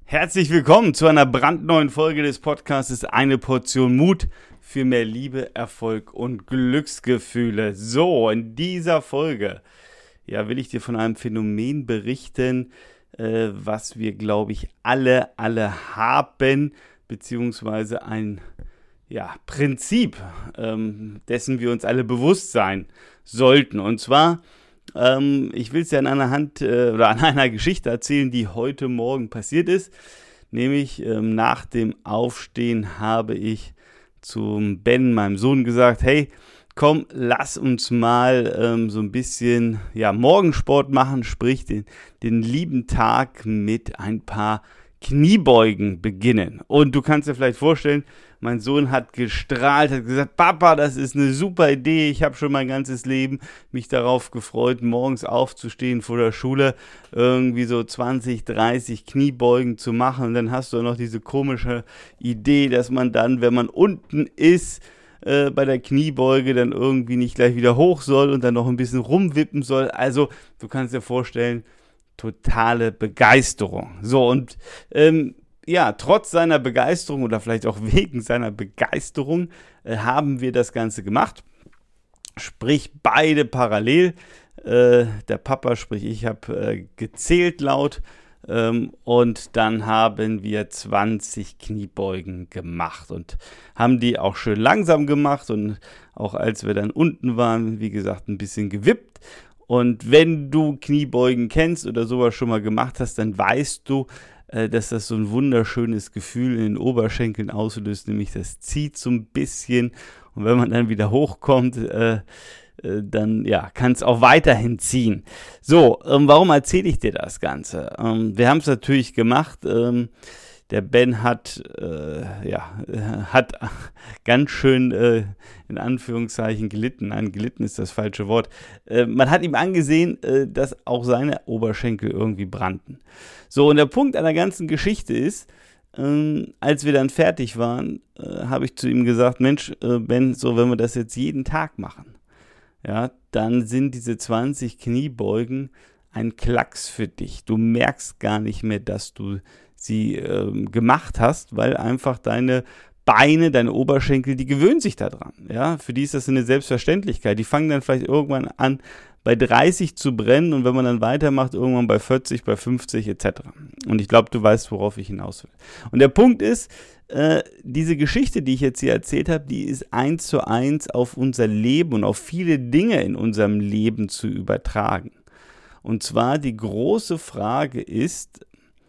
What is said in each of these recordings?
Herzlich willkommen zu einer brandneuen Folge des Podcasts Eine Portion Mut für mehr Liebe, Erfolg und Glücksgefühle. So, in dieser Folge will ich dir von einem Phänomen berichten, was wir, glaube ich, alle haben, beziehungsweise ein Prinzip, dessen wir uns alle bewusst sein sollten. Und zwar ich will es dir an einer Geschichte erzählen, die heute Morgen passiert ist. Nämlich nach dem Aufstehen habe ich zum Ben, meinem Sohn, gesagt: Hey, komm, lass uns mal so ein bisschen Morgensport machen, sprich den lieben Tag mit ein paar Kniebeugen beginnen. Und du kannst dir vielleicht vorstellen, mein Sohn hat gestrahlt, hat gesagt: Papa, das ist eine super Idee. Ich habe schon mein ganzes Leben mich darauf gefreut, morgens aufzustehen vor der Schule, irgendwie so 20, 30 Kniebeugen zu machen. Und dann hast du noch diese komische Idee, dass man dann, wenn man unten ist, bei der Kniebeuge dann irgendwie nicht gleich wieder hoch soll und dann noch ein bisschen rumwippen soll. Also, du kannst dir vorstellen, totale Begeisterung. So, und trotz seiner Begeisterung oder vielleicht auch wegen seiner Begeisterung haben wir das Ganze gemacht. Sprich, beide parallel. Der Papa, sprich ich, habe gezählt laut und dann haben wir 20 Kniebeugen gemacht und haben die auch schön langsam gemacht und auch als wir dann unten waren, wie gesagt, ein bisschen gewippt. Und wenn du Kniebeugen kennst oder sowas schon mal gemacht hast, dann weißt du, dass das so ein wunderschönes Gefühl in den Oberschenkeln auslöst, nämlich das zieht so ein bisschen. Und wenn man dann wieder hochkommt, dann kann es auch weiterhin ziehen. So, warum erzähle ich dir das Ganze? Wir haben es natürlich gemacht. Der Ben hat ganz schön in Anführungszeichen gelitten. Nein, gelitten ist das falsche Wort. Man hat ihm angesehen, dass auch seine Oberschenkel irgendwie brannten. So, und der Punkt an der ganzen Geschichte ist, als wir dann fertig waren, habe ich zu ihm gesagt: Mensch, Ben, so wenn wir das jetzt jeden Tag machen, dann sind diese 20 Kniebeugen ein Klacks für dich. Du merkst gar nicht mehr, dass du sie gemacht hast, weil einfach deine Beine, deine Oberschenkel, die gewöhnen sich daran. Ja? Für die ist das eine Selbstverständlichkeit. Die fangen dann vielleicht irgendwann an, bei 30 zu brennen und wenn man dann weitermacht, irgendwann bei 40, bei 50 etc. Und ich glaube, du weißt, worauf ich hinaus will. Und der Punkt ist, diese Geschichte, die ich jetzt hier erzählt habe, die ist 1:1 auf unser Leben und auf viele Dinge in unserem Leben zu übertragen. Und zwar die große Frage ist: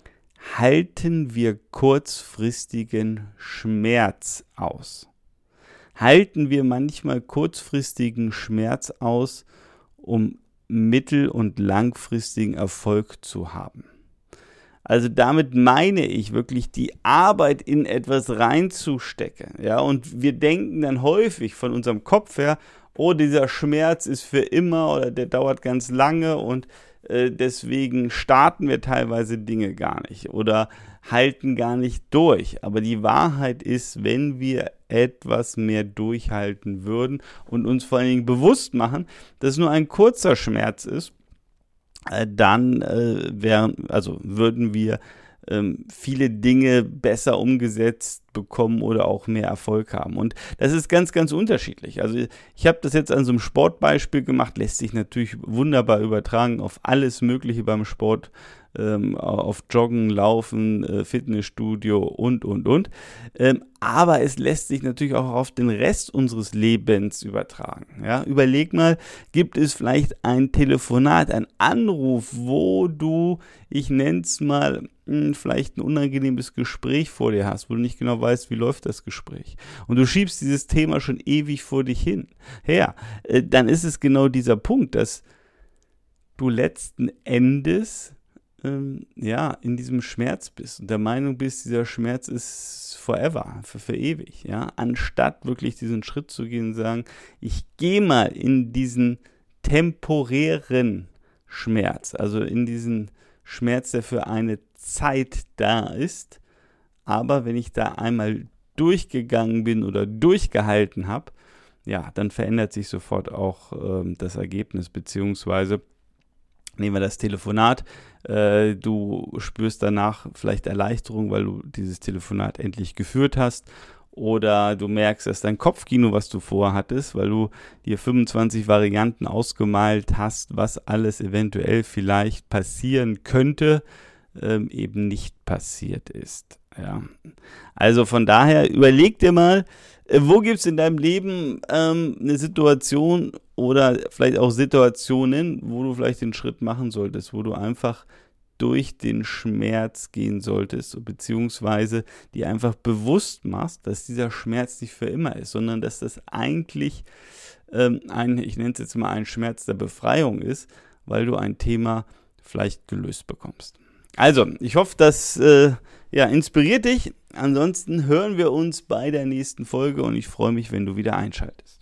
Halten wir kurzfristigen Schmerz aus? Halten wir manchmal kurzfristigen Schmerz aus, um mittel- und langfristigen Erfolg zu haben? Also damit meine ich wirklich die Arbeit in etwas reinzustecken. Ja? Und wir denken dann häufig von unserem Kopf her: oh, dieser Schmerz ist für immer oder der dauert ganz lange und deswegen starten wir teilweise Dinge gar nicht oder halten gar nicht durch. Aber die Wahrheit ist, wenn wir etwas mehr durchhalten würden und uns vor allen Dingen bewusst machen, dass es nur ein kurzer Schmerz ist, dann würden wir viele Dinge besser umgesetzt bekommen oder auch mehr Erfolg haben. Und das ist ganz, ganz unterschiedlich. Also ich habe das jetzt an so einem Sportbeispiel gemacht, lässt sich natürlich wunderbar übertragen auf alles Mögliche beim Sport, auf Joggen, Laufen, Fitnessstudio und. Aber es lässt sich natürlich auch auf den Rest unseres Lebens übertragen. Ja? Überleg mal, gibt es vielleicht ein Telefonat, ein Anruf, wo du, ich nenne es mal, vielleicht ein unangenehmes Gespräch vor dir hast, wo du nicht genau weißt, wie läuft das Gespräch. Und du schiebst dieses Thema schon ewig vor dich hin. Dann ist es genau dieser Punkt, dass du letzten Endes in diesem Schmerz bist und der Meinung bist, dieser Schmerz ist forever, für ewig, anstatt wirklich diesen Schritt zu gehen und sagen: ich gehe mal in diesen temporären Schmerz, also in diesen Schmerz, der für eine Zeit da ist, aber wenn ich da einmal durchgegangen bin oder durchgehalten habe, dann verändert sich sofort auch das Ergebnis, beziehungsweise Nehmen wir das Telefonat. Du spürst danach vielleicht Erleichterung, weil du dieses Telefonat endlich geführt hast. Oder du merkst, dass dein Kopfkino, was du vorhattest, weil du dir 25 Varianten ausgemalt hast, was alles eventuell vielleicht passieren könnte, eben nicht passiert ist. Ja. Also von daher überleg dir mal, wo gibt es in deinem Leben eine Situation oder vielleicht auch Situationen, wo du vielleicht den Schritt machen solltest, wo du einfach durch den Schmerz gehen solltest, beziehungsweise dir einfach bewusst machst, dass dieser Schmerz nicht für immer ist, sondern dass das eigentlich ich nenne es jetzt mal ein Schmerz der Befreiung ist, weil du ein Thema vielleicht gelöst bekommst. Also, ich hoffe, das inspiriert dich. Ansonsten hören wir uns bei der nächsten Folge und ich freue mich, wenn du wieder einschaltest.